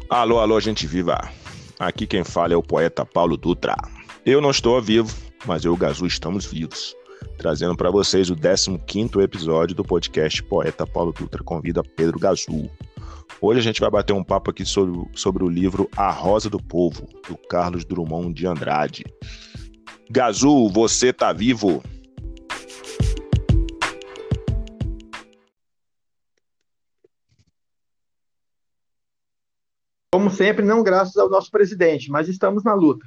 Alô, alô, gente viva! Aqui quem fala é o poeta Paulo Dutra. Eu não estou vivo, mas eu e o Gazu estamos vivos, trazendo para vocês o 15º episódio do podcast Poeta Paulo Dutra convida Pedro Gazu. Hoje a gente vai bater um papo aqui sobre o livro A Rosa do Povo, do Carlos Drummond de Andrade. Gazu, você tá vivo? Como sempre, não graças ao nosso presidente, mas estamos na luta.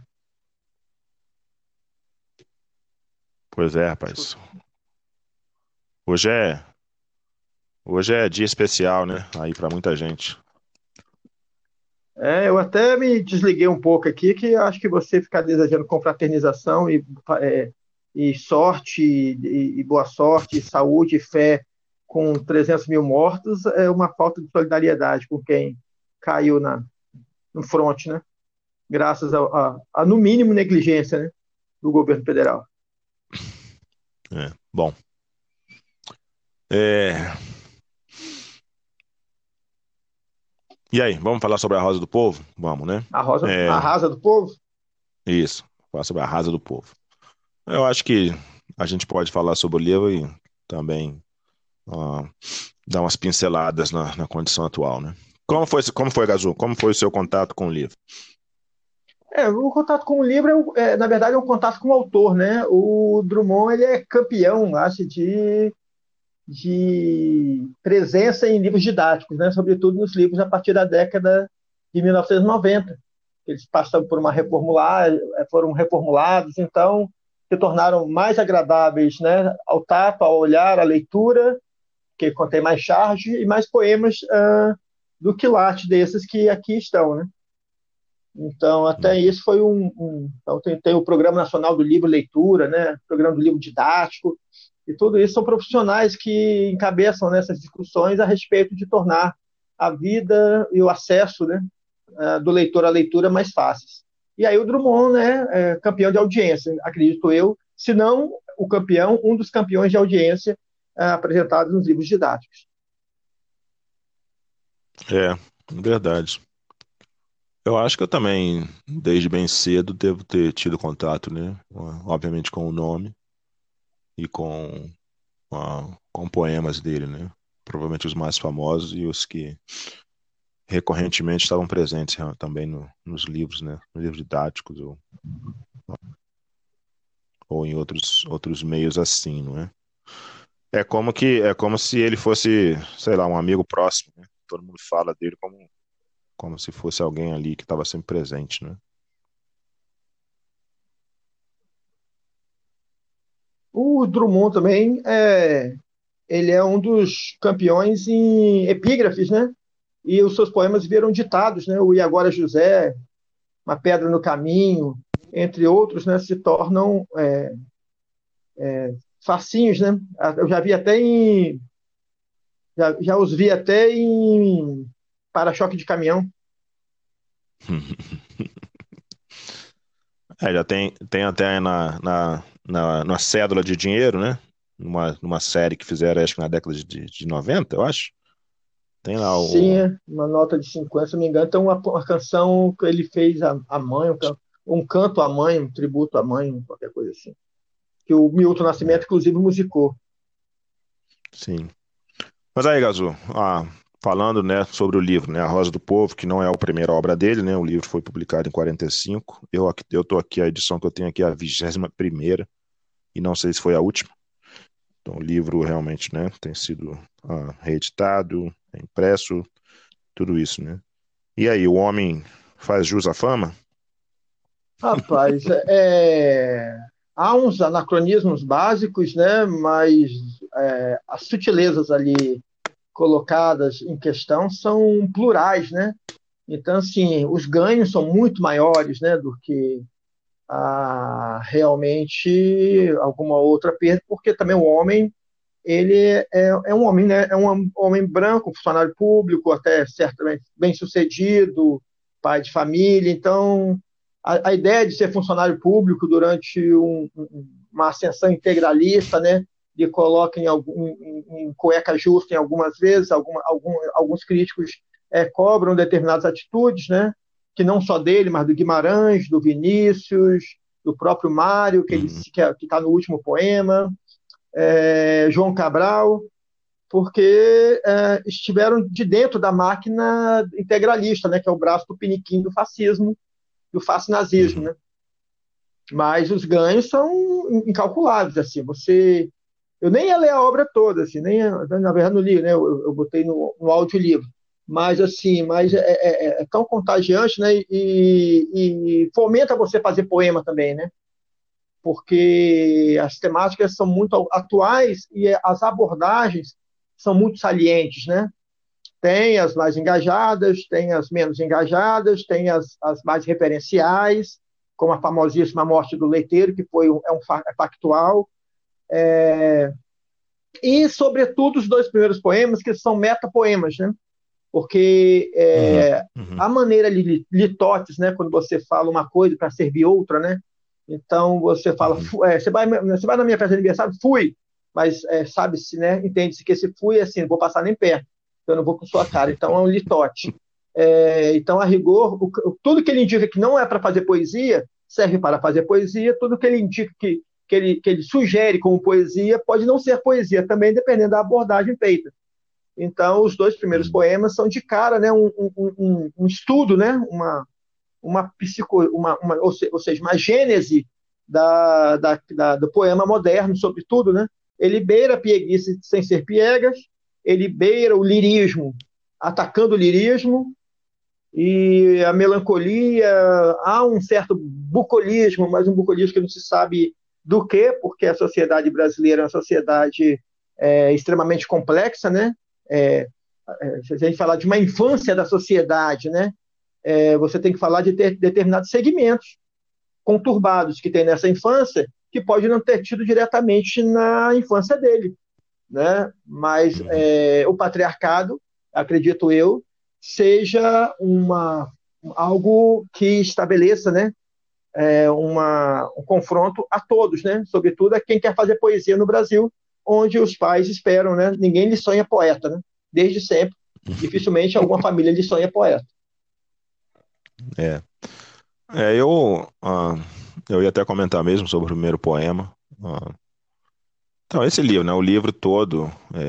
Pois é, rapaz. Hoje é, hoje é dia especial, né? Aí para muita gente. Eu até me desliguei um pouco aqui, que acho que você ficar desejando confraternização e sorte, e boa sorte, e saúde e fé com 300 mil mortos é uma falta de solidariedade com quem caiu no fronte, né? Graças a, no mínimo, negligência, né, do governo federal. Bom. É... E aí, vamos falar sobre a Rosa do Povo? Vamos, né? A É... rasa do povo. Isso, falar sobre a Rosa do Povo. Eu acho que a gente pode falar sobre o livro e também ah, dar umas pinceladas na condição atual, né? Como foi, Gazu? Como foi o seu contato com o livro? O contato com o livro, na verdade, é um contato com o autor, né? O Drummond, ele é campeão, acho, de presença em livros didáticos, né? Sobretudo nos livros a partir da década de 1990. Eles passaram por uma foram reformulados, então se tornaram mais agradáveis, né? Ao tato, ao olhar, à leitura, que contém mais charge e mais poemas do quilate desses que aqui estão, né? Então, até isso foi então, tem o Programa Nacional do Livro Leitura, né? Programa do Livro Didático, e tudo isso são profissionais que encabeçam nessas discussões a respeito de tornar a vida e o acesso, né, do leitor à leitura mais fáceis. E aí o Drummond, né, é campeão de audiência, acredito eu, se não o campeão, um dos campeões de audiência apresentados nos livros didáticos. É, verdade. Eu acho que eu também, desde bem cedo, devo ter tido contato, né? Obviamente com o nome e com poemas dele, né? Provavelmente os mais famosos e os que recorrentemente estavam presentes também nos livros, né? Nos livros didáticos ou em outros meios assim, não é? É como se ele fosse, sei lá, um amigo próximo, né? Todo mundo fala dele como se fosse alguém ali que estava sempre presente, né? O Drummond também ele é um dos campeões em epígrafes, né? E os seus poemas viram ditados, né? O E Agora José, Uma Pedra no Caminho, entre outros, né? Se tornam facinhos, né? Eu já os vi até em para-choque de caminhão. Já tem até na cédula de dinheiro, né? Numa série que fizeram, acho que na década de 90, eu acho. Tem lá Sim, uma nota de 50, se não me engano, tem uma canção que ele fez à mãe, um canto à mãe, um tributo à mãe, qualquer coisa assim. Que o Milton Nascimento, inclusive, musicou. sim. Mas aí, Gazu, falando, né, sobre o livro, né, A Rosa do Povo, que não é a primeira obra dele, né? O livro foi publicado em 45. Eu tô aqui, a edição que eu tenho aqui é a 21ª, e não sei se foi a última. Então, o livro realmente, né, tem sido reeditado, impresso, tudo isso, né? E aí, o homem faz jus à fama? Rapaz, há uns anacronismos básicos, né? Mas as sutilezas ali colocadas em questão são plurais, né? Então, assim, os ganhos são muito maiores, né, do que realmente alguma outra perda, porque também o homem, ele é um homem, né? É um homem branco, funcionário público, até certamente bem-sucedido, pai de família. Então, a ideia de ser funcionário público durante uma ascensão integralista, né? De coloca em cueca justa em algumas vezes, alguns críticos cobram determinadas atitudes, né? Que não só dele, mas do Guimarães, do Vinícius, do próprio Mário, que uhum, está no último poema, João Cabral, porque estiveram de dentro da máquina integralista, né? Que é o braço do piniquim do fascismo, do fascinazismo, uhum, né? Mas os ganhos são incalculáveis, assim, eu nem ia ler a obra toda, assim, nem na verdade não li, né? Eu botei no audiolivro. Mas assim, é tão contagiante, né? E fomenta você fazer poema também, né? Porque as temáticas são muito atuais e as abordagens são muito salientes, né? Tem as mais engajadas, tem as menos engajadas, tem as mais referenciais, como a famosíssima Morte do Leiteiro, que é factual, e, sobretudo, os dois primeiros poemas, que são metapoemas, né? Porque uhum, uhum, a maneira litotes, né? Quando você fala uma coisa para servir outra, né? Então, você fala, uhum, você vai na minha festa de aniversário? Fui, mas sabe-se, né? Entende-se que esse fui é assim, não vou passar nem perto, eu não vou com sua cara. Então, é um litote. Então, a rigor, tudo que ele indica que não é para fazer poesia, serve para fazer poesia, tudo que ele indica que ele sugere como poesia pode não ser poesia, também dependendo da abordagem feita. Então, os dois primeiros uhum, poemas são de cara, né, um estudo, né, ou seja, uma gênese do poema moderno, sobretudo, né? Ele beira a pieguice sem ser piegas, ele beira o lirismo, atacando o lirismo, e a melancolia, há um certo bucolismo, mas um bucolismo que não se sabe do que, porque a sociedade brasileira é uma sociedade extremamente complexa, né? É, se a gente falar de uma infância da sociedade, né? Você tem que falar de determinados segmentos conturbados que tem nessa infância, que pode não ter tido diretamente na infância dele, né? Mas uhum. o patriarcado, acredito eu, seja algo que estabeleça, né, um confronto a todos, né? Sobretudo a quem quer fazer poesia no Brasil, onde os pais esperam, né? Ninguém lhe sonha poeta, né? Desde sempre, dificilmente alguma família lhe sonha poeta. É. Eu ia até comentar mesmo sobre o primeiro poema. Então, esse livro, né? O livro todo,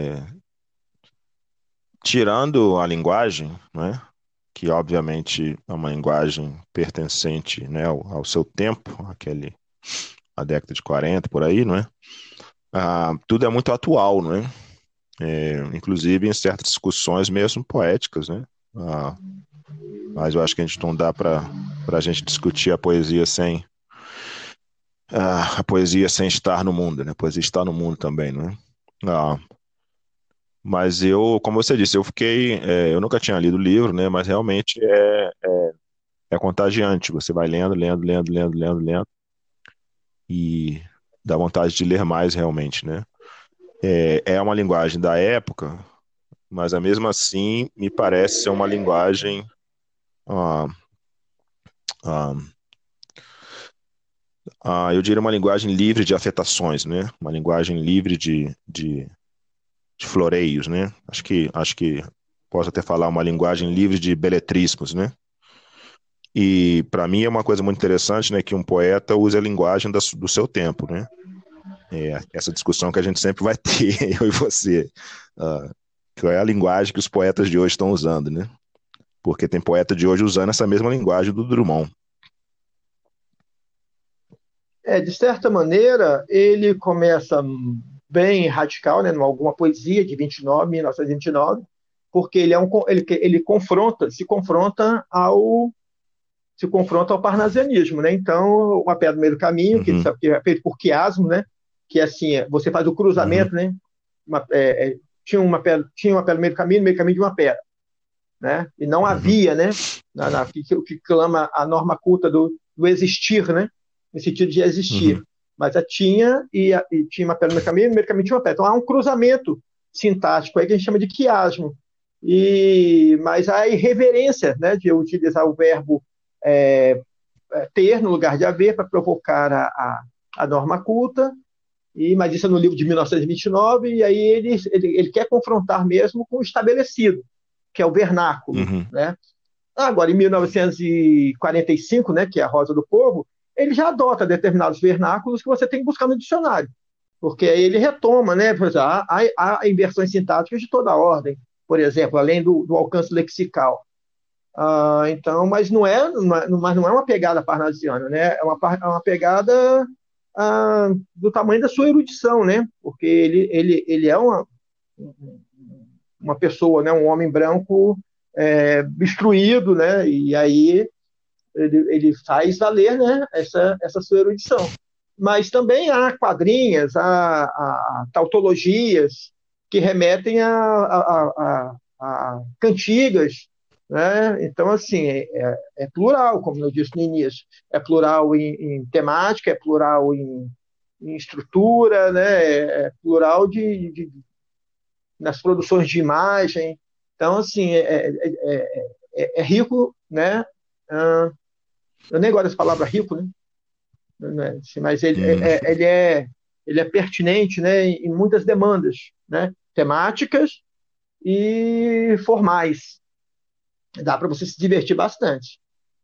tirando a linguagem, né? Que obviamente é uma linguagem pertencente, né, ao seu tempo, a década de 40 por aí, não é? Tudo é muito atual, não é? Inclusive em certas discussões mesmo poéticas, né? Ah, mas eu acho que a gente não dá para a gente discutir a poesia sem estar no mundo, né? A poesia está no mundo também, não é? Ah, mas como você disse, eu nunca tinha lido o livro, né? Mas realmente é contagiante. Você vai lendo, lendo, lendo, lendo, lendo, lendo e dá vontade de ler mais realmente, né? É uma linguagem da época, mas mesmo assim me parece ser uma linguagem, ah, ah, eu diria uma linguagem livre de afetações, né? Uma linguagem livre de floreios, né? Acho que posso até falar uma linguagem livre de beletrismos, né? E para mim é uma coisa muito interessante, né, que um poeta use a linguagem do seu tempo, né? Essa discussão que a gente sempre vai ter, eu e você, que é a linguagem que os poetas de hoje estão usando, né? Porque tem poeta de hoje usando essa mesma linguagem do Drummond. De certa maneira, ele começa bem radical, né, em alguma poesia de 1929, porque ele se confronta ao parnasianismo, né? Então, A Pedra no Meio do Caminho, que Uhum, é feito por quiasmo, né? Que é assim, você faz o uhum, cruzamento, né? Tinha uma pedra no meio do caminho de uma pedra, né? E não uhum, havia, né? Que clama a norma culta do existir, né? No sentido de existir. uhum, Mas e tinha uma pedra no meio do caminho tinha uma pedra. Então há um cruzamento sintático aí que a gente chama de quiasmo. Mas a irreverência, né, de eu utilizar o verbo é, ter no lugar de haver para provocar a norma culta, mas isso é no livro de 1929, e aí ele quer confrontar mesmo com o estabelecido. que é o vernáculo, Uhum. né? Agora, em 1945, né, que é a Rosa do Povo, ele já adota determinados vernáculos que você tem que buscar no dicionário, porque aí ele retoma, né? Por exemplo, há inversões sintáticas de toda a ordem, por exemplo, além do alcance lexical. Então, mas não é uma pegada parnasiana, né? É uma pegada do tamanho da sua erudição, né? Porque ele é uma pessoa, né? Um homem branco instruído, né? E aí ele faz valer, né? Essa sua erudição. Mas também há quadrinhas, há tautologias que remetem a cantigas, né? Então, assim, é plural, como eu disse no início. É plural em temática, é plural em estrutura, né? É plural nas produções de imagem. Então, assim, é rico, né? Eu nem gosto dessa palavra rico, né? Mas Hum. ele é pertinente, né, em muitas demandas, né? Temáticas e formais. Dá para você se divertir bastante.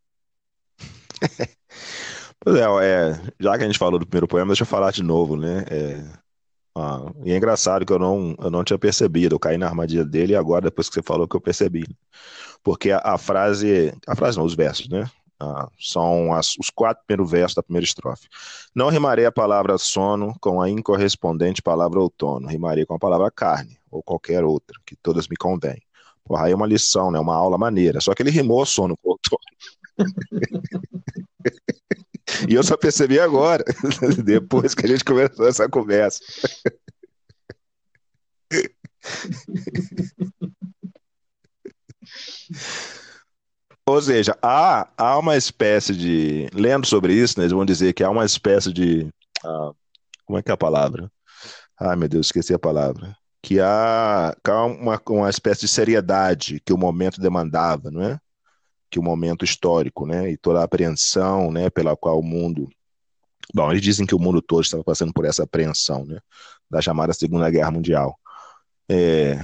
Pois já que a gente falou do primeiro poema, deixa eu falar de novo, né? E é engraçado que eu não tinha percebido, eu caí na armadilha dele e agora, depois que você falou, que eu percebi. Porque a frase não, os versos, né? São os 4 primeiros versos da primeira estrofe. Não rimarei a palavra sono com a incorrespondente palavra outono, rimarei com a palavra carne, ou qualquer outra, que todas me convêm. Porra, aí é uma lição, né? Uma aula maneira. Só que ele rimou sono com outono. E eu só percebi agora, depois que a gente começou essa conversa. Ou seja, há uma espécie de. Lendo sobre isso, né, eles vão dizer que há uma espécie de. Como é que é a palavra? Ai, meu Deus, esqueci a palavra. Que há uma espécie de seriedade que o momento demandava, não é? Que o momento histórico, né? E toda a apreensão, né? Pela qual o mundo. Bom, eles dizem que o mundo todo estava passando por essa apreensão, né? Da chamada Segunda Guerra Mundial. É,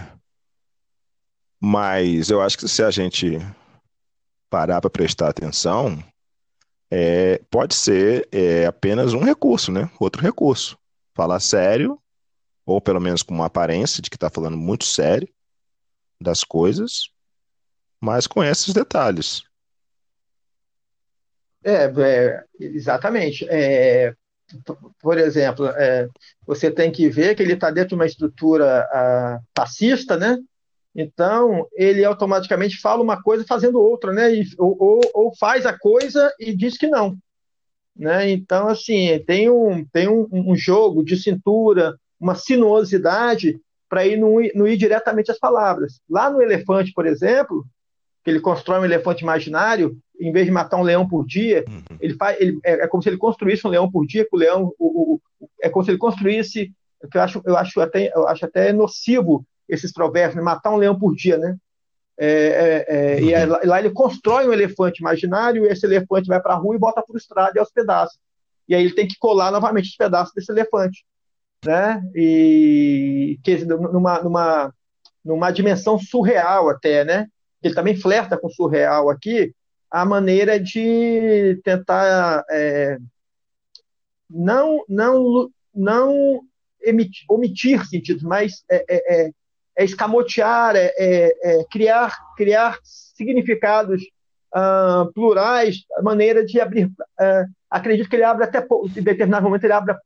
mas eu acho que se a gente parar para prestar atenção, pode ser apenas um recurso, né? Outro recurso. Falar sério, ou pelo menos com uma aparência de que está falando muito sério das coisas, mas com esses detalhes. Exatamente. Por exemplo, você tem que ver que ele está dentro de uma estrutura fascista, né? Então, ele automaticamente fala uma coisa fazendo outra, né? Ou faz a coisa e diz que não, né? Então, assim, tem um jogo de cintura, uma sinuosidade para ir não ir diretamente às palavras. Lá no Elefante, por exemplo, que ele constrói um elefante imaginário, em vez de matar um leão por dia, Uhum. é como se ele construísse um leão por dia, que o leão, é como se ele construísse, que eu acho até nocivo esses provérbios, né? Matar um leão por dia, né? Lá ele constrói um elefante imaginário, e esse elefante vai para a rua e bota frustrado e aos pedaços. E aí ele tem que colar novamente os pedaços desse elefante, né? E numa dimensão surreal até, né? Ele também flerta com surreal aqui, a maneira de tentar não omitir sentidos, mas escamotear, criar significados plurais, a maneira de abrir. Acredito que ele abre até em determinado momento ele abre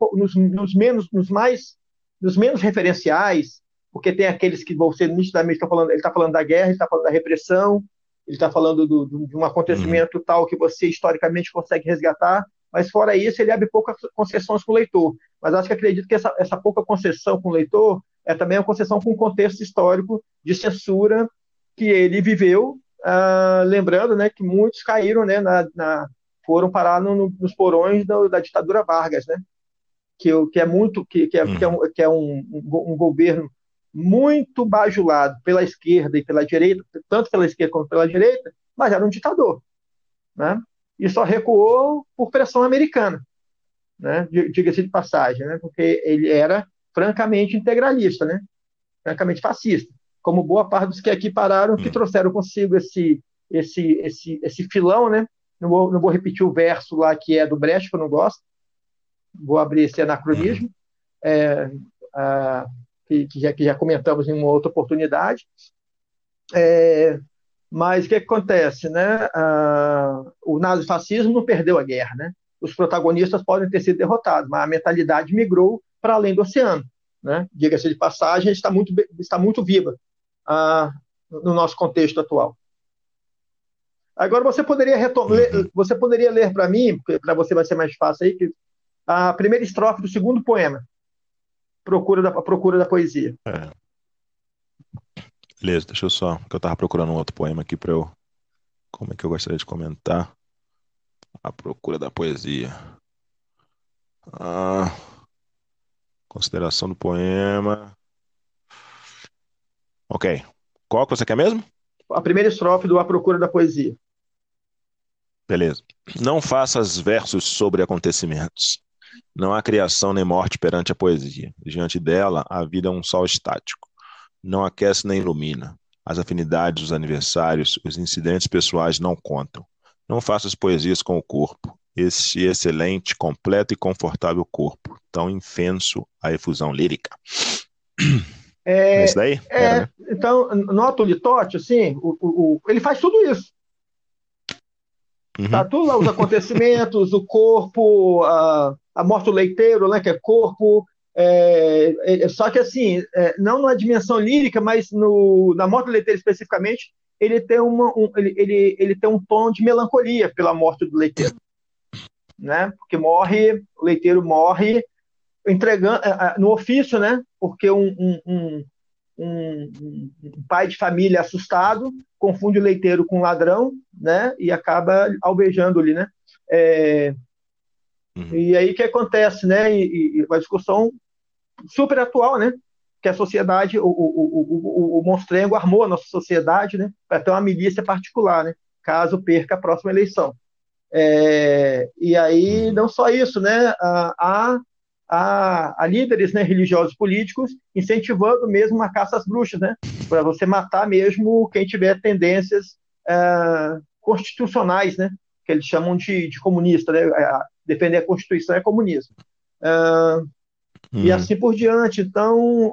nos menos referenciais, porque tem aqueles que vão ser nitidamente estão falando, ele está falando da guerra, ele está falando da repressão, ele está falando de um Uhum. acontecimento tal que você historicamente consegue resgatar, mas fora isso ele abre poucas concessões com o leitor. Mas acho que acredito que essa pouca concessão com o leitor é também uma concessão com o contexto histórico de censura que ele viveu, lembrando, né, que muitos caíram, né, foram parar nos porões da ditadura Vargas, né, que é muito Uhum. que é um governo muito bajulado pela esquerda e pela direita, tanto pela esquerda como pela direita, mas era um ditador, né? E só recuou por pressão americana, né? Diga-se de passagem, né? Porque ele era francamente integralista, né? Francamente fascista. como boa parte dos que aqui pararam, que Hum, trouxeram consigo esse filão, né? Não vou repetir o verso lá que é do Brecht, que eu não gosto, vou abrir esse uhum, anacronismo, é, a, que já comentamos em uma outra oportunidade. Mas o que acontece, né? O nazifascismo não perdeu a guerra, né? Os protagonistas podem ter sido derrotados, mas a mentalidade migrou para além do oceano, né? Diga-se de passagem, está muito viva ah, no nosso contexto atual. Agora uhum. você poderia ler para mim, para você vai ser mais fácil aí, a primeira estrofe do segundo poema, Procura da Poesia. É, beleza, deixa eu só, que eu tava procurando um outro poema aqui para eu, como é que eu gostaria de comentar? A Procura da Poesia. Ah, consideração do poema. Ok. Qual que você quer mesmo? A primeira estrofe do A Procura da Poesia. Beleza. Não faças versos sobre acontecimentos. Não há criação nem morte perante a poesia. Diante dela, a vida é um sol estático. Não aquece nem ilumina. As afinidades, os aniversários, os incidentes pessoais não contam. Não faças poesias com o corpo. Esse excelente, completo e confortável corpo, tão infenso à efusão lírica. É isso É, daí? Era, né? então, nota o Litote, assim, ele faz tudo isso. Tá Uhum. tudo lá, os acontecimentos, o corpo, a morte do leiteiro, né, que é corpo. Só que assim, não na dimensão lírica, mas na morte do leiteiro especificamente, ele tem ele tem um tom de melancolia pela morte do leiteiro, né? Porque o leiteiro morre entregando no ofício, né? Porque um pai de família assustado confunde o leiteiro com um ladrão, né? E acaba alvejando-lhe, né? É, Uhum. e aí o que acontece, né? E uma discussão super atual, né? Que a sociedade, o monstrengo armou a nossa sociedade, né? Para ter uma milícia particular, né? Caso perca a próxima eleição. E aí, Uhum. não só isso, né? Há líderes, né, religiosos e políticos incentivando mesmo a caça às bruxas, né? Para você matar mesmo quem tiver tendências constitucionais, né? Que eles chamam de comunista, né? Defender a Constituição é comunismo. Ah, e Uhum. assim por diante. Então,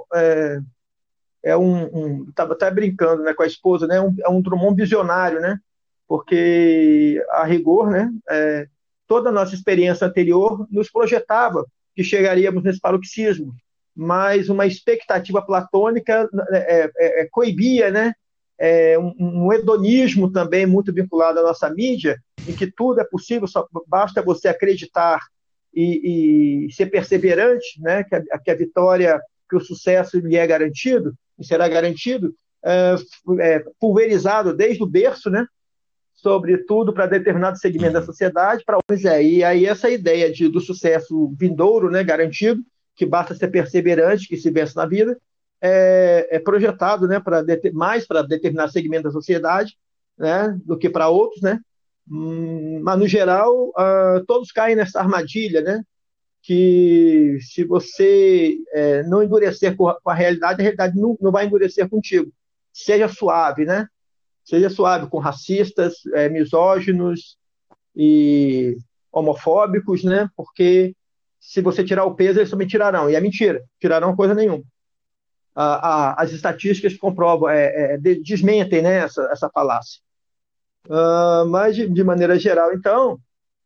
estava até brincando, né, com a esposa, né? É um Drummond visionário, né? Porque a rigor, né? Toda a nossa experiência anterior nos projetava que chegaríamos nesse paroxismo, mas uma expectativa platônica coibia, né? Um hedonismo também muito vinculado à nossa mídia, em que tudo é possível, só basta você acreditar e ser perseverante, né? Que a vitória, que o sucesso lhe é garantido e será garantido, pulverizado desde o berço, né? Sobretudo para determinado segmento da Uhum. sociedade. E aí essa ideia do sucesso vindouro, né, garantido, que basta ser perseverante, que se vence na vida, é projetado, né, mais para determinado segmento da sociedade, né, do que para outros, né? Mas no geral, todos caem nessa armadilha, né? Que se você não endurecer com a realidade não vai endurecer contigo. Seja suave, né? Seja suave com racistas, misóginos e homofóbicos, né? Porque se você tirar o peso, eles também tirarão. E é mentira, tirarão coisa nenhuma. As estatísticas comprovam, desmentem, né, essa falácia. Mas, de maneira geral, então,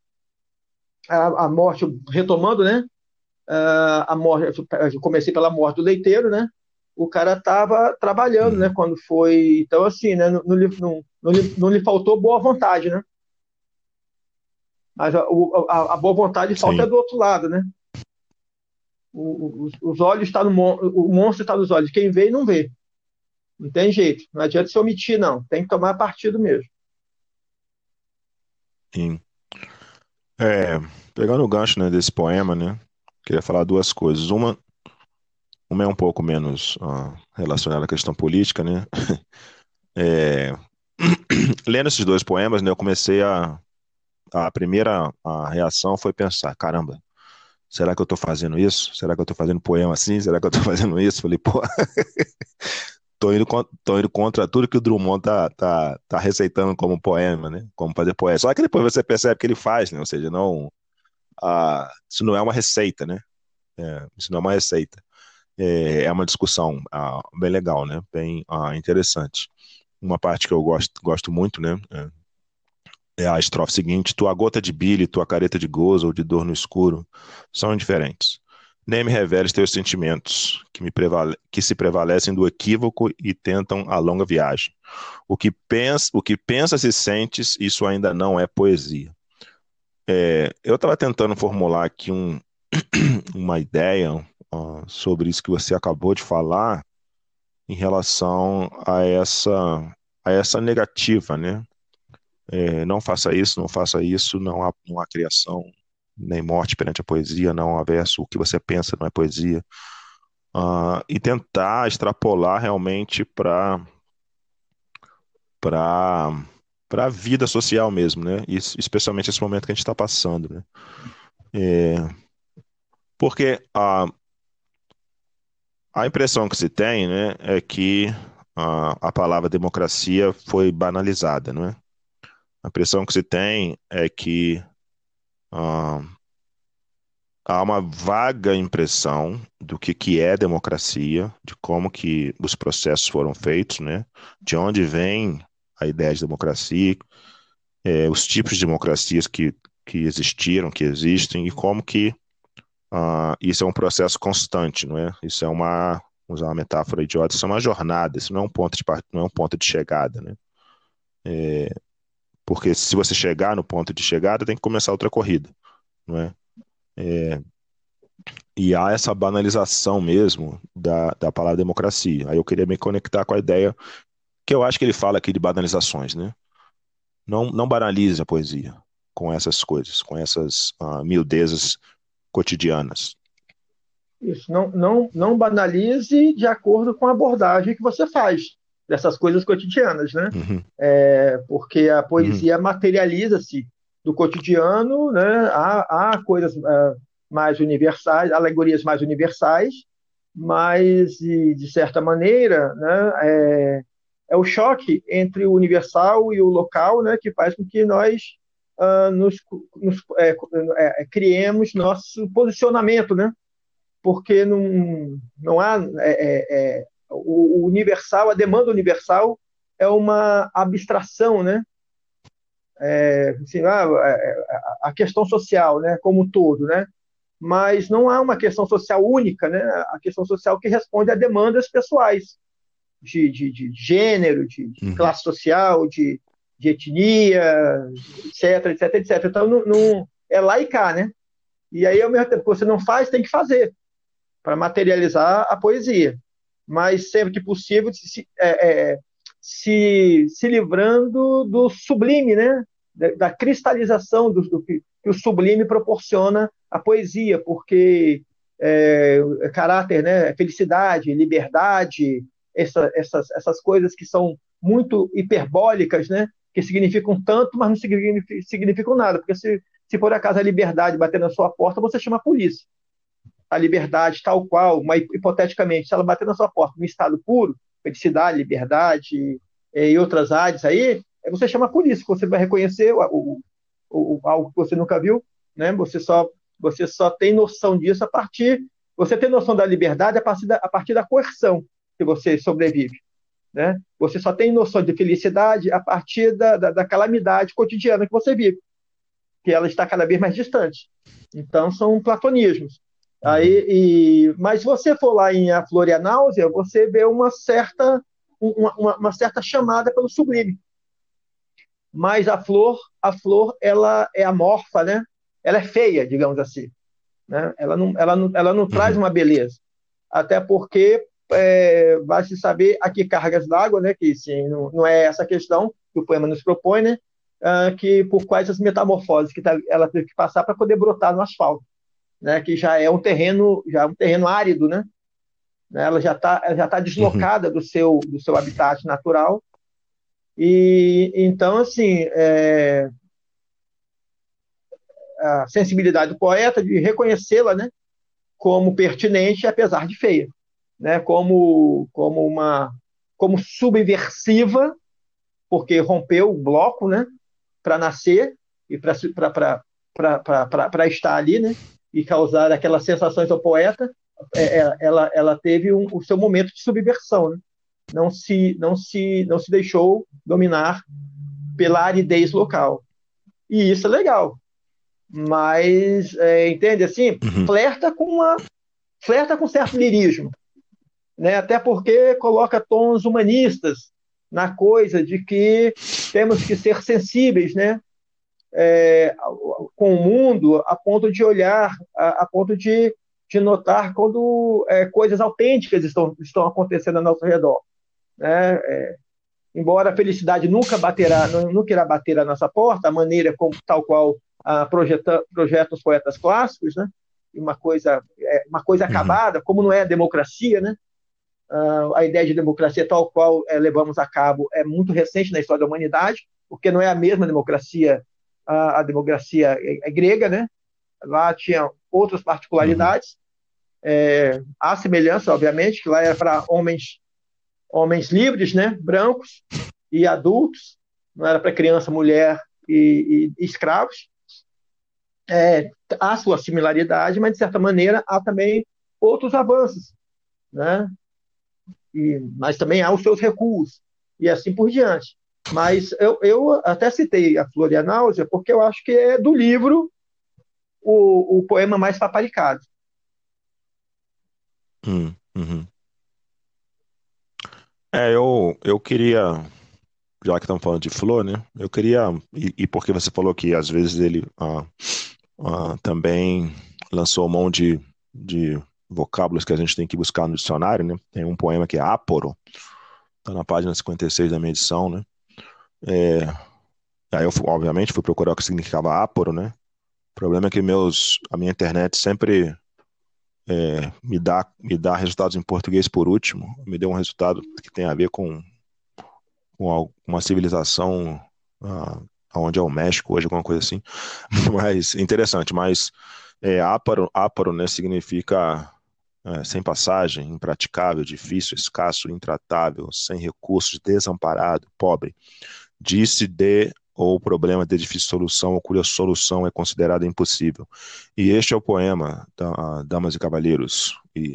a morte, retomando, né? A morte, eu comecei pela morte do leiteiro, né? O cara estava trabalhando, né? Uhum. Quando foi. Então, assim, né? Não lhe faltou boa vontade, né? Mas a boa vontade falta é Sim. do outro lado, né? Os olhos estão o monstro está nos olhos. Quem vê e não vê. Não tem jeito. Não adianta se omitir, não. Tem que tomar partido mesmo. Sim. É, pegando o gancho, né, desse poema, né, queria falar duas coisas. Uma é um pouco menos relacionada à questão política, né? É, lendo esses dois poemas, né, eu comecei a primeira a reação foi pensar, caramba, será que eu tô fazendo isso? Será que eu tô fazendo poema assim? Será que eu tô fazendo isso? Falei, pô, tô indo contra tudo que o Drummond tá receitando como poema, né? Como fazer poema. Só que depois você percebe que ele faz, né? Ou seja, não, isso não é uma receita, né? Isso não é uma receita. É uma discussão bem legal, né? Bem interessante. Uma parte que eu gosto muito, né? É a estrofe seguinte: tua gota de bile, tua careta de gozo ou de dor no escuro são indiferentes. Nem me reveles teus sentimentos, que se prevalecem do equívoco e tentam a longa viagem. O que pensas e sentes, isso ainda não é poesia. Eu estava tentando formular aqui uma ideia sobre isso que você acabou de falar em relação a essa negativa, né? Não faça isso, não faça isso, não há criação, nem morte perante a poesia, não há verso, o que você pensa não é poesia. E tentar extrapolar realmente para para a vida social mesmo, né? Especialmente esse momento que a gente está passando, né? É, porque a impressão que se tem, né, é que a palavra democracia foi banalizada, não é? A impressão que se tem é que ah, há uma vaga impressão do que é democracia, de como que os processos foram feitos, né? De onde vem a ideia de democracia, os tipos de democracias que existiram, que existem, e como que isso é um processo constante, não é? Isso é usar uma metáfora idiota, isso é uma jornada, isso não é um ponto de não é um ponto de chegada, né? Porque se você chegar no ponto de chegada, tem que começar outra corrida, não é? E há essa banalização mesmo da palavra democracia. Aí eu queria me conectar com a ideia que eu acho que ele fala aqui de banalizações, né? Não banalize a poesia com essas coisas, com essas miudezas cotidianas. Isso, não banalize de acordo com a abordagem que você faz dessas coisas cotidianas, né? Uhum, Porque a uhum, poesia materializa-se do cotidiano, né? Há coisas mais universais, alegorias mais universais, mas, de certa maneira, né, é o choque entre o universal e o local, né, que faz com que nós criemos nosso posicionamento, né? Porque não há o universal, a demanda universal é uma abstração, né? Assim, a questão social, né, como um todo, né? Mas não há uma questão social única, né? A questão social que responde a demandas pessoais de gênero, de uhum, classe social, de etnia, etc, etc, etc. Então, é lá e cá, né? E aí, ao mesmo tempo que você não faz, tem que fazer para materializar a poesia. Mas sempre que possível, se livrando do sublime, né? Da cristalização do que o sublime proporciona à poesia, porque caráter, né? Felicidade, liberdade, essas coisas que são muito hiperbólicas, né? Que significam tanto, mas não significam nada. Porque se por acaso a liberdade bater na sua porta, você chama a polícia. A liberdade tal qual, mas hipoteticamente, se ela bater na sua porta no estado puro, felicidade, liberdade e outras áreas aí, você chama a polícia, você vai reconhecer algo que você nunca viu, né? Você só tem noção disso você tem noção da liberdade a partir da coerção que você sobrevive, né? Você só tem noção de felicidade a partir da calamidade cotidiana que você vive, que ela está cada vez mais distante. Então, são platonismos. uhum, Mas se você for lá em A Flor e a Náusea, você vê uma certa chamada pelo sublime. Mas a flor, ela é amorfa, né? Ela é feia, digamos assim. Né? Ela não traz uhum. uma beleza. Até porque vai se saber a que cargas d'água, né? Que sim, não é essa questão que o poema nos propõe, né? Que por quais as metamorfoses que ela teve que passar para poder brotar no asfalto, né? Que já é um terreno árido, né? Ela já tá Uhum, deslocada do seu habitat natural e então assim a sensibilidade do poeta de reconhecê-la, né? Como pertinente, apesar de feia, né? Como como subversiva, porque rompeu o bloco, né, para nascer e para estar ali, né, e causar aquelas sensações ao poeta. Ela teve o seu momento de subversão, né? Não se deixou dominar pela aridez local. E isso é legal. Mas, entende assim, Uhum. flerta com certo lirismo, né? Até porque coloca tons humanistas na coisa de que temos que ser sensíveis, né? Com o mundo, a ponto de olhar, a ponto de notar quando coisas autênticas estão acontecendo ao nosso redor, né? Embora a felicidade nunca irá bater à nossa porta, a maneira como tal qual projeta os poetas clássicos, né? Uma coisa Uhum. acabada, como não é a democracia, né? A ideia de democracia tal qual levamos a cabo é muito recente na história da humanidade, porque não é a mesma democracia, a democracia grega, né? Lá tinha outras Uhum. particularidades, há semelhança, obviamente, que lá era para homens livres, né? Brancos e adultos, não era para criança, mulher e escravos. Há sua similaridade, mas de certa maneira há também outros avanços, né? Mas também há os seus recuos, e assim por diante. Mas eu até citei a Florianáusea porque eu acho que é do livro o poema mais paparicado. Uhum. Eu queria, já que estamos falando de flor, né? Eu queria, e porque você falou que às vezes ele também lançou mão de vocábulos que a gente tem que buscar no dicionário, né? Tem um poema que é áporo, tá na página 56 da minha edição, né? É, aí eu, obviamente, fui procurar o que significava áporo, né? O problema é que a minha internet sempre me dá resultados em português por último. Me deu um resultado que tem a ver com uma civilização onde é o México hoje, alguma coisa assim. Mas interessante, mas áparo, né, significa sem passagem, impraticável, difícil, escasso, intratável, sem recursos, desamparado, pobre. Disse de ou problema de difícil solução ou cuja solução é considerada impossível. E este é o poema, Damas e Cavalheiros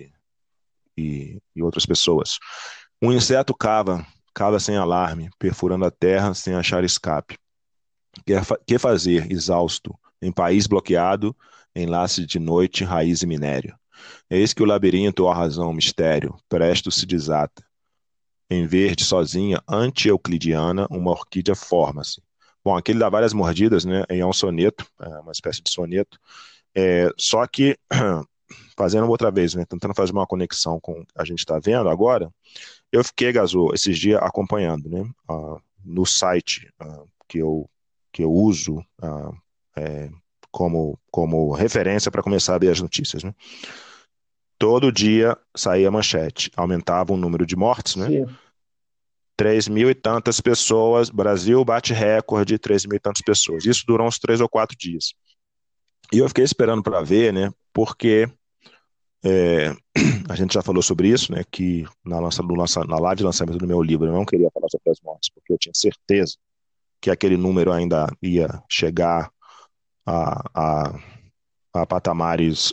e outras pessoas. Um inseto cava sem alarme, perfurando a terra sem achar escape. Que fazer, exausto, em país bloqueado, enlace de noite, raiz e minério? Eis que o labirinto, ó razão, mistério, presto se desata. Em verde, sozinha, anti-euclidiana, uma orquídea forma-se. Bom, aqui ele dá várias mordidas, né? É um soneto, uma espécie de soneto. Só que, fazendo outra vez, né? Tentando fazer uma conexão com o que a gente está vendo agora, eu fiquei, Gazô, esses dias acompanhando, né? No site que eu uso é, como referência para começar a ver as notícias, né? Todo dia saía a manchete, aumentava o número de mortes, né? Sim. 3.000 e tantas pessoas, Brasil bate recorde, 3.000 e tantas pessoas. Isso durou uns 3 ou 4 dias. E eu fiquei esperando para ver, né? Porque é, a gente já falou sobre isso, né? Que na live de lançamento do meu livro eu não queria falar sobre as mortes, porque eu tinha certeza que aquele número ainda ia chegar a, a, a patamares,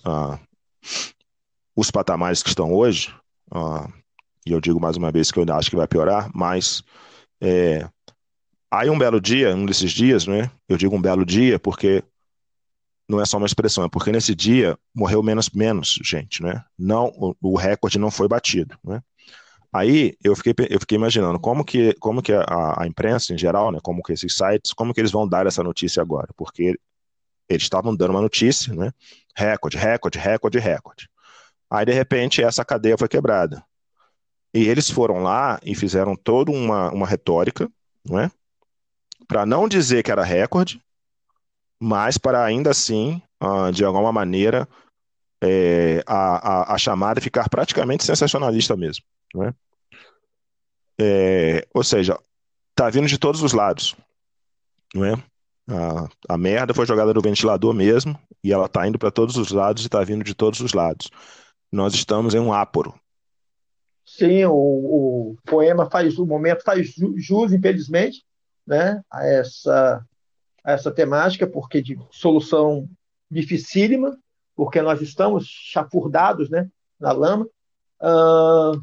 os patamares que estão hoje. ah, e eu digo mais uma vez que eu ainda acho que vai piorar, mas é, aí um belo dia, um desses dias, né? Eu digo um belo dia porque não é só uma expressão, é porque nesse dia morreu menos gente, né? Não, o recorde não foi batido, né? Aí eu fiquei imaginando como que a imprensa em geral, né? Como que esses sites, como que eles vão dar essa notícia agora? Porque eles estavam dando uma notícia, né? Recorde, recorde, recorde, recorde. Aí de repente essa cadeia foi quebrada. E eles foram lá e fizeram toda uma retórica, não é? Para não dizer que era recorde, mas para ainda assim, de alguma maneira, a chamada ficar praticamente sensacionalista mesmo, não é? Ou seja, tá vindo de todos os lados, não é? A merda foi jogada no ventilador mesmo, e ela tá indo para todos os lados e tá vindo de todos os lados. Nós estamos em um áporo. Sim, o poema faz, o momento faz jus, infelizmente, né, a essa temática, porque de solução dificílima, porque nós estamos chafurdados, né, na lama. Ah,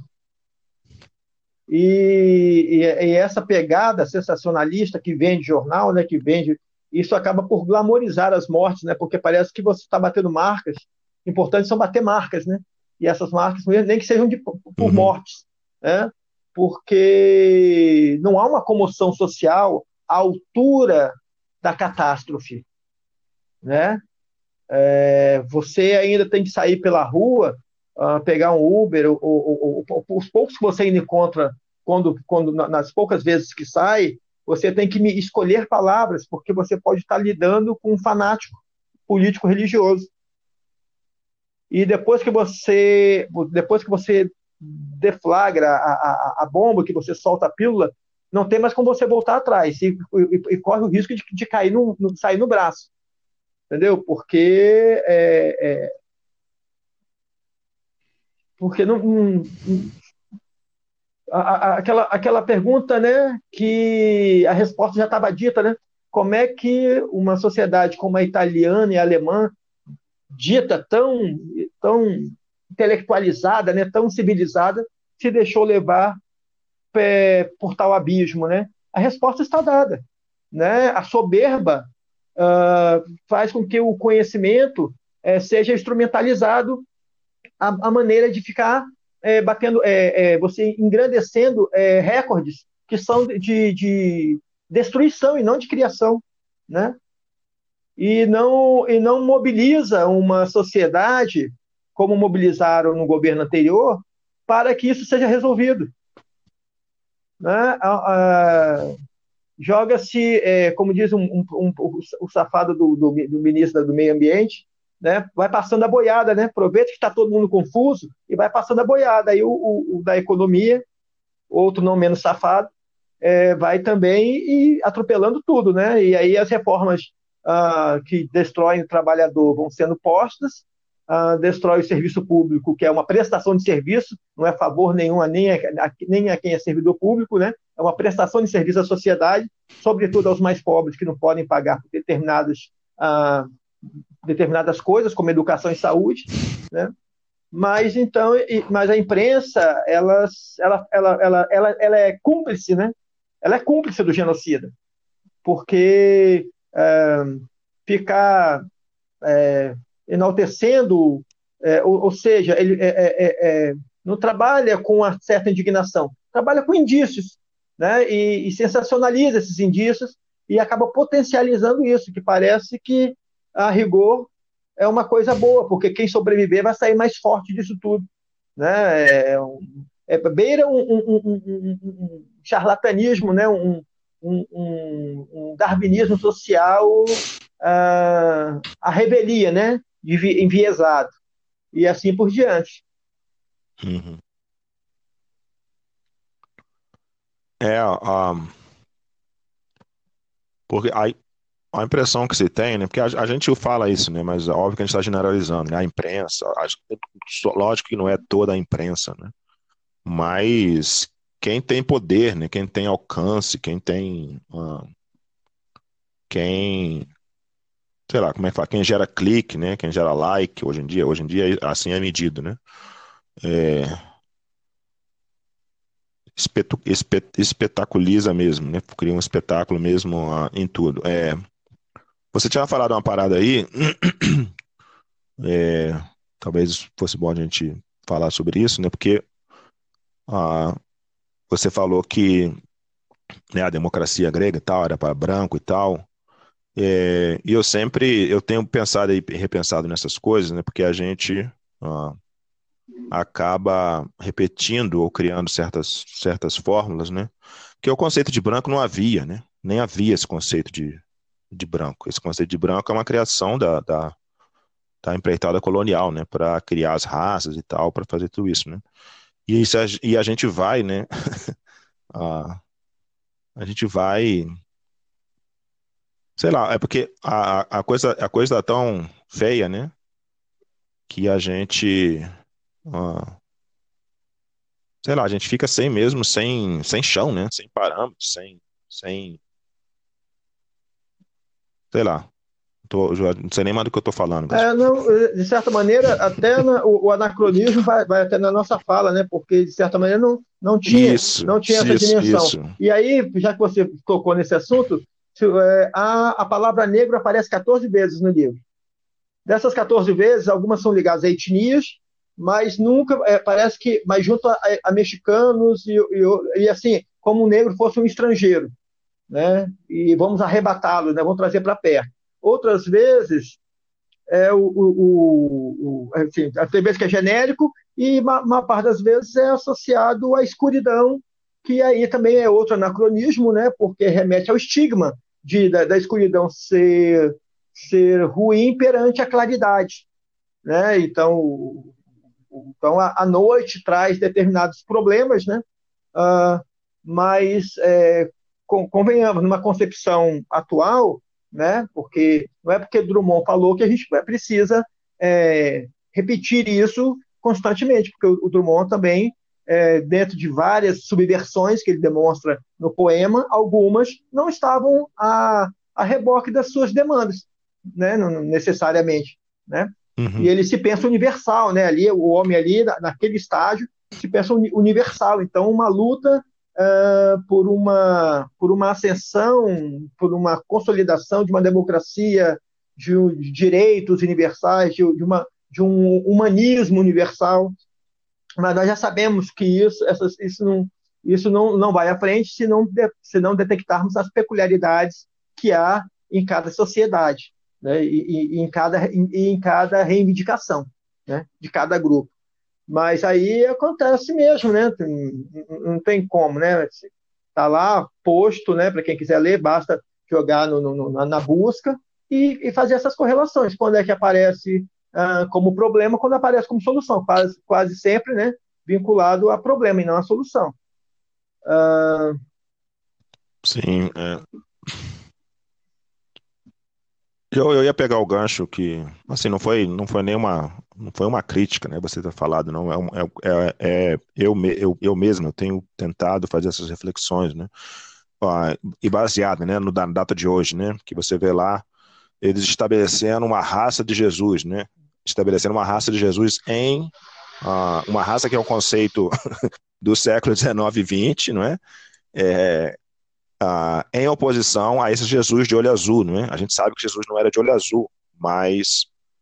e essa pegada sensacionalista que vende jornal, né, que vende, isso acaba por glamorizar as mortes, né, porque parece que você está batendo marcas. Importantes são bater marcas, né? E essas marcas, nem que sejam por Uhum. mortes, né? Porque não há uma comoção social à altura da catástrofe, né? Você ainda tem que sair pela rua, pegar um Uber, os poucos que você ainda encontra nas poucas vezes que sai, você tem que escolher palavras, porque você pode estar lidando com um fanático político religioso. E depois que você deflagra a bomba, que você solta a pílula, não tem mais como você voltar atrás e corre o risco de cair sair no braço, entendeu? Porque aquela pergunta, né, que a resposta já estava dita, né? Como é que uma sociedade como a italiana e a alemã, dita tão intelectualizada, né, tão civilizada, se deixou levar por tal abismo, né? A resposta está dada, né? A soberba faz com que o conhecimento seja instrumentalizado a maneira de ficar batendo, você engrandecendo recordes que são de destruição e não de criação, né? E não mobiliza uma sociedade como mobilizaram no governo anterior para que isso seja resolvido, né? Joga-se, como diz o safado do ministro do Meio Ambiente, né? Vai passando a boiada, né? Aproveita que está todo mundo confuso e vai passando a boiada. Aí o da economia, outro não menos safado, vai também e atropelando tudo, né? E aí as reformas que destroem o trabalhador vão sendo postas, destrói o serviço público, que é uma prestação de serviço, não é favor nenhum nem a quem é servidor público, né? É uma prestação de serviço à sociedade, sobretudo aos mais pobres que não podem pagar por determinadas coisas, como educação e saúde, né? Mas a imprensa, ela é cúmplice, né? Ela é cúmplice do genocida, porque ficar enaltecendo, ou seja, ele não trabalha com uma certa indignação, trabalha com indícios, né? E sensacionaliza esses indícios e acaba potencializando isso, que parece que, a rigor, é uma coisa boa, porque quem sobreviver vai sair mais forte disso tudo, né? Beira um charlatanismo, né? Um darwinismo social, a revelia, né? Enviesado, e assim por diante. Uhum. Porque a impressão que se tem, né? Porque a gente fala isso, né? Mas é óbvio que a gente está generalizando, né? A imprensa, lógico que não é toda a imprensa, né? Mas quem tem poder, né? Quem tem alcance, quem, sei lá, como é que fala? Quem gera clique, né? Quem gera like hoje em dia assim é medido, né? É, espetaculiza mesmo, né? Cria um espetáculo mesmo em tudo. Você tinha falado uma parada aí, é, talvez fosse bom a gente falar sobre isso, né? Porque ah, você falou que, né, a democracia grega e tal era para branco e tal. E eu tenho pensado e repensado nessas coisas, né? Porque a gente ah, acaba repetindo ou criando certas fórmulas, né? Porque o conceito de branco não havia, né? Nem havia esse conceito de branco. Esse conceito de branco é uma criação da empreitada colonial, né? Para criar as raças e tal, para fazer tudo isso, né? E a gente vai, né? A, a gente vai, sei lá, é porque a coisa tá tão feia, né? Que a gente ah, sei lá, a gente fica sem mesmo, sem chão, né? Sem parâmetros, sem, sei lá. Já não sei nem mais do que eu tô falando, Gaso. Não, de certa maneira, até o anacronismo vai até na nossa fala, né? Porque, de certa maneira, Isso, não tinha essa dimensão. isso. E aí, já que você tocou nesse assunto, a palavra negro aparece 14 vezes no livro. Dessas 14 vezes, algumas são ligadas a etnias, mas nunca, parece que, mas junto a mexicanos e assim, como o negro fosse um estrangeiro, né? E vamos arrebatá-lo, né? Vamos trazer para perto. Outras vezes assim, tem vezes que é genérico e uma parte das vezes é associado à escuridão, que aí também é outro anacronismo, né? Porque remete ao estigma da escuridão ser ruim perante a claridade, né? Então a noite traz determinados problemas, né? Uh, mas convenhamos, numa concepção atual, né? Porque não é porque Drummond falou que a gente precisa repetir isso constantemente, porque o Drummond também, dentro de várias subversões que ele demonstra no poema, algumas não estavam a reboque das suas demandas, né? Não, necessariamente, né? E Uhum. ele se pensa universal, né? Ali o homem ali naquele estágio se pensa universal. Então, uma luta por uma ascensão, por uma consolidação de uma democracia, de direitos universais, de um humanismo universal. Mas nós já sabemos que isso não vai à frente se não detectarmos as peculiaridades que há em cada sociedade, né? Em cada reivindicação, né? De cada grupo. Mas aí acontece mesmo, né? Não tem como, né? Está lá posto, né? Para quem quiser ler, basta jogar na busca e fazer essas correlações. Quando é que aparece como problema, quando aparece como solução. Quase sempre, né? Vinculado a problema e não a solução. Sim, eu ia pegar o gancho que, assim, não foi nenhuma, não foi uma crítica, né? Você ter falado, não, eu mesmo, eu tenho tentado fazer essas reflexões, né? E baseado, né, na data de hoje, né? Que você vê lá, eles estabelecendo uma raça de Jesus, né? Estabelecendo uma raça de Jesus em uma raça que é um conceito do século XIX e XX, não é? É, em oposição a esse Jesus de olho azul, não é? A gente sabe que Jesus não era de olho azul, mas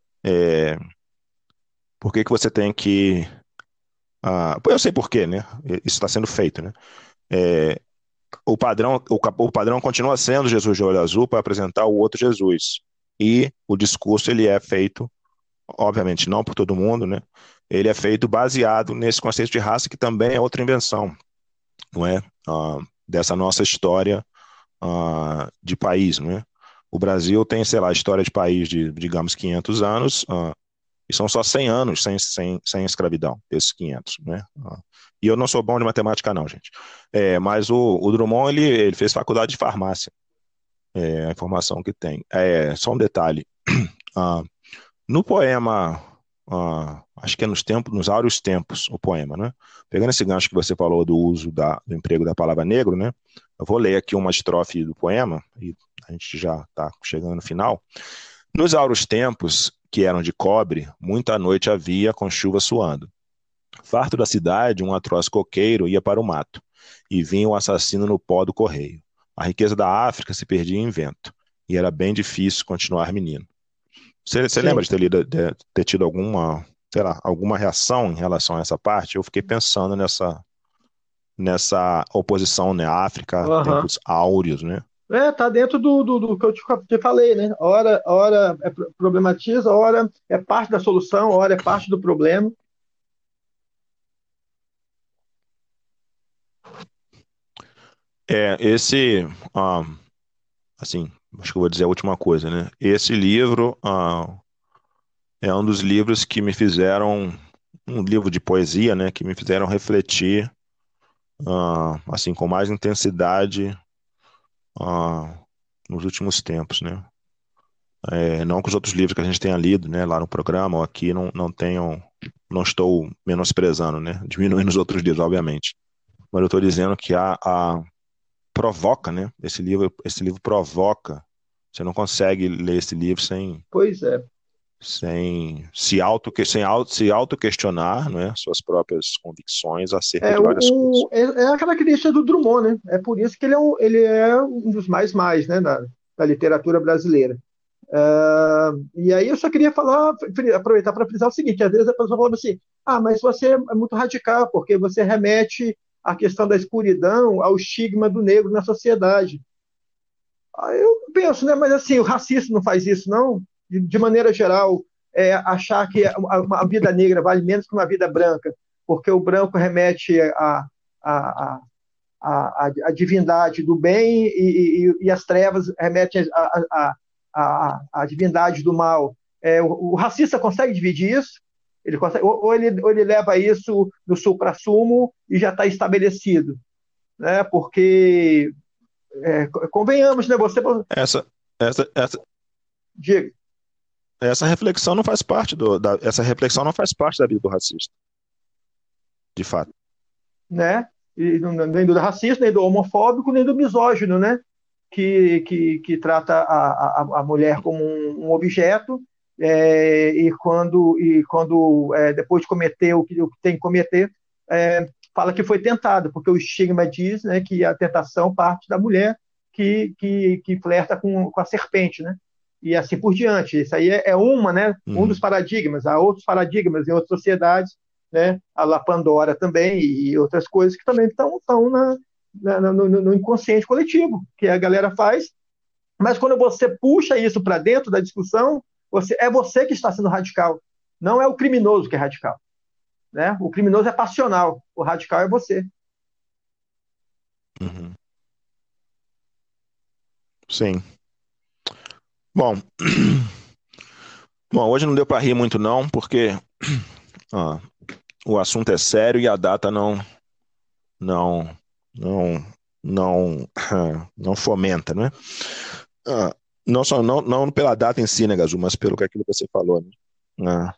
por que que você tem que... eu sei por quê, né? Isso está sendo feito, né? É, o padrão continua sendo Jesus de olho azul para apresentar o outro Jesus. E o discurso ele é feito, obviamente não por todo mundo, né? Ele é feito baseado nesse conceito de raça que também é outra invenção, não é? Dessa nossa história de país, não é? O Brasil tem, sei lá, história de país de, digamos, 500 anos, e são só 100 anos sem escravidão, esses 500, né? E eu não sou bom de matemática não, gente. Mas o Drummond, ele fez faculdade de farmácia, a informação que tem. Só um detalhe, ah, no poema, acho que é nos áureos tempos, o poema, né? Pegando esse gancho que você falou do uso do emprego da palavra negro, né? Eu vou ler aqui uma estrofe do poema, e a gente já está chegando no final. Nos áureos tempos, que eram de cobre, muita noite havia com chuva suando. Farto da cidade, um atroz coqueiro ia para o mato, e vinha o assassino no pó do correio. A riqueza da África se perdia em vento, e era bem difícil continuar menino. Você lembra Sim. de ter lido, de ter tido alguma, sei lá, alguma reação em relação a essa parte? Eu fiquei pensando nessa oposição, né, África, Uhum. tempos áureos, né? Tá dentro do que eu te falei, né? Ora problematiza, ora é parte da solução, ora é parte do problema. Esse, assim, acho que eu vou dizer a última coisa, né? Esse livro, é um dos livros que me fizeram, um livro de poesia, né, que me fizeram refletir, assim, com mais intensidade, ah, nos últimos tempos, né? Não que os outros livros que a gente tenha lido, né, lá no programa ou aqui não tenham. não estou menosprezando, né? Diminuindo os outros livros, obviamente. Mas eu estou dizendo que provoca, né? Esse livro provoca. Você não consegue ler esse livro Pois é. sem auto-questionar, né? Suas próprias convicções acerca de várias coisas. É a característica do Drummond, né? É por isso que ele é um dos mais, né, da literatura brasileira. E aí eu só queria aproveitar para frisar o seguinte: às vezes a pessoa fala assim, mas você é muito radical, porque você remete à questão da escuridão, ao estigma do negro na sociedade. Aí eu penso, né, mas assim, o racismo não faz isso, não? De maneira geral, achar que uma vida negra vale menos que uma vida branca, porque o branco remete a, a divindade do bem e as trevas remetem à divindade do mal. O racista consegue dividir isso? Ele consegue, ou ele leva isso do suprassumo e já está estabelecido, né? Porque convenhamos, né? Essa, essa, essa, Diga, essa reflexão não faz parte essa reflexão não faz parte da vida do racista, de fato. né? E nem do racista, nem do homofóbico, nem do misógino, né? Que trata a mulher como um objeto, e quando depois de cometer o que tem que cometer, fala que foi tentado, porque o estigma diz, né, que a tentação parte da mulher que flerta com a serpente, né? E assim por diante. Isso aí né, um dos Uhum. paradigmas. Há outros paradigmas em outras sociedades, né? A La Pandora também e outras coisas que também estão no inconsciente coletivo, que a galera faz. Mas quando você puxa isso para dentro da discussão, você que está sendo radical. Não é o criminoso que é radical, né? O criminoso é passional, o radical é você. Uhum. Sim. Bom, bom, hoje não deu para rir muito não, porque ah, o assunto é sério e a data não, não, não, não fomenta, né? Ah, não só não pela data em si, né, Gazu, mas pelo que aquilo que você falou, né? Ah,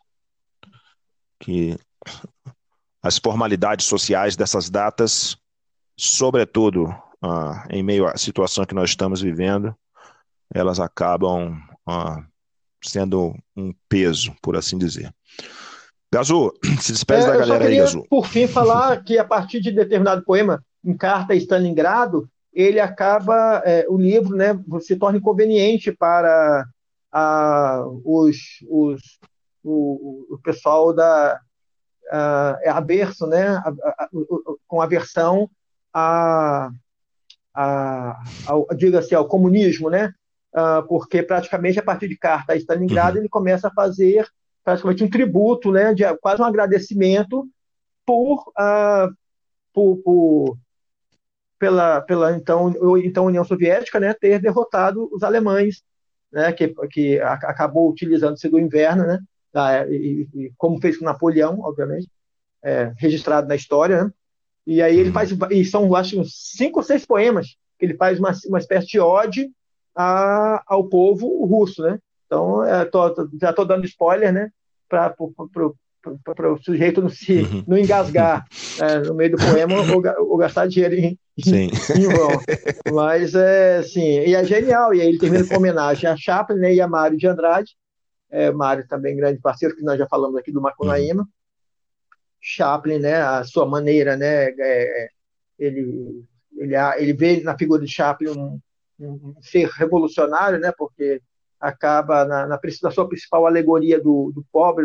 que as formalidades sociais dessas datas, sobretudo em meio à situação que nós estamos vivendo, elas acabam sendo um peso, por assim dizer. Gazu, se despede da Eu só galera aí, queria, Gazu. por fim, falar que a partir de determinado poema, em Carta a Stalingrado, ele acaba, o livro, né, se torna inconveniente para a, os, os, o pessoal averso, né, com aversão a, diga-se, ao comunismo, né? Porque praticamente a partir de Carta a Stalingrado Uhum, ele começa a fazer praticamente um tributo, né, quase um agradecimento por, uh, por pela então União Soviética, né, ter derrotado os alemães, né, que acabou utilizando-se do inverno, né, como fez com Napoleão, obviamente, registrado na história, né? E aí ele uhum, faz, e são, acho, 5 ou 6 poemas, que ele faz uma espécie de ode ao povo russo, né? Então, já estou dando spoiler, né? Para o sujeito uhum. não engasgar, no meio do poema ou gastar dinheiro Sim. em vão. Mas, assim, e é genial. E aí ele termina com homenagem a Chaplin, né, e a Mário de Andrade. Mário também grande parceiro, que nós já falamos aqui do Uhum, Macunaíma. Chaplin, né, a sua maneira, né, ele, ele vê na figura de Chaplin um ser revolucionário, né, porque acaba na sua principal alegoria do pobre,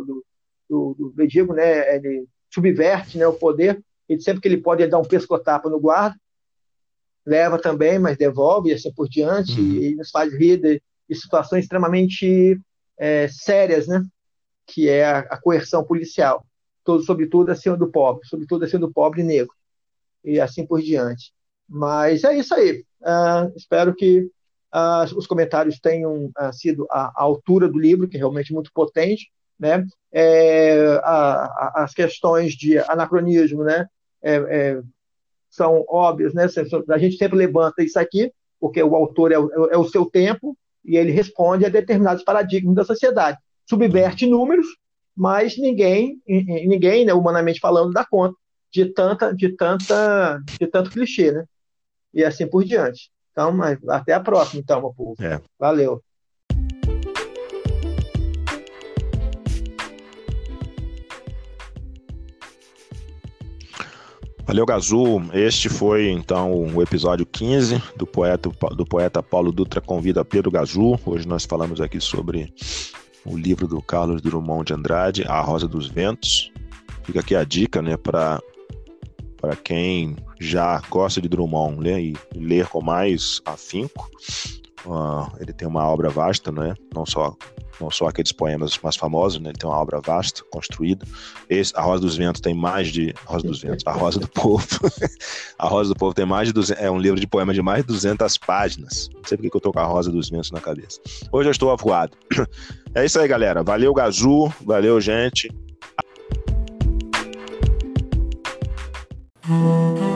do mendigo, né, ele subverte, né, o poder, e sempre que ele pode ele dá um pescotapa no guarda, leva também, mas devolve e assim por diante, uhum, e nos faz rir de situações extremamente sérias, né, que é a coerção policial, sobretudo acima do pobre, sobretudo acima do pobre e negro, e assim por diante. Mas é isso aí. Espero que os comentários tenham sido à altura do livro, que é realmente muito potente, né? As questões de anacronismo, né? É, é, são óbvias, né? A gente sempre levanta isso aqui, porque o autor é o seu tempo e ele responde a determinados paradigmas da sociedade. uhum, Subverte números, mas ninguém, né, humanamente falando, dá conta de tanto clichê, né? E assim por diante. Então, mas até a próxima, então, meu povo. É. Valeu. Valeu, Gazu. Este foi, então, o episódio 15 do poeta Paulo Dutra Convida Pedro Gazu. Hoje nós falamos aqui sobre o livro do Carlos Drummond de Andrade, A Rosa dos Ventos. Fica aqui a dica, né, para quem já gosta de Drummond, né, e ler com mais afinco. Ele tem uma obra vasta, né, não só aqueles poemas mais famosos, né? Ele tem uma obra vasta, construída. A Rosa dos Ventos tem mais de... A Rosa do Povo. A Rosa do Povo tem mais de 200... É um livro de poemas de mais de 200 páginas. Não sei porque que eu tô com a Rosa dos Ventos na cabeça. Hoje eu estou avoado. É isso aí, galera. Valeu, Gazu. Valeu, gente.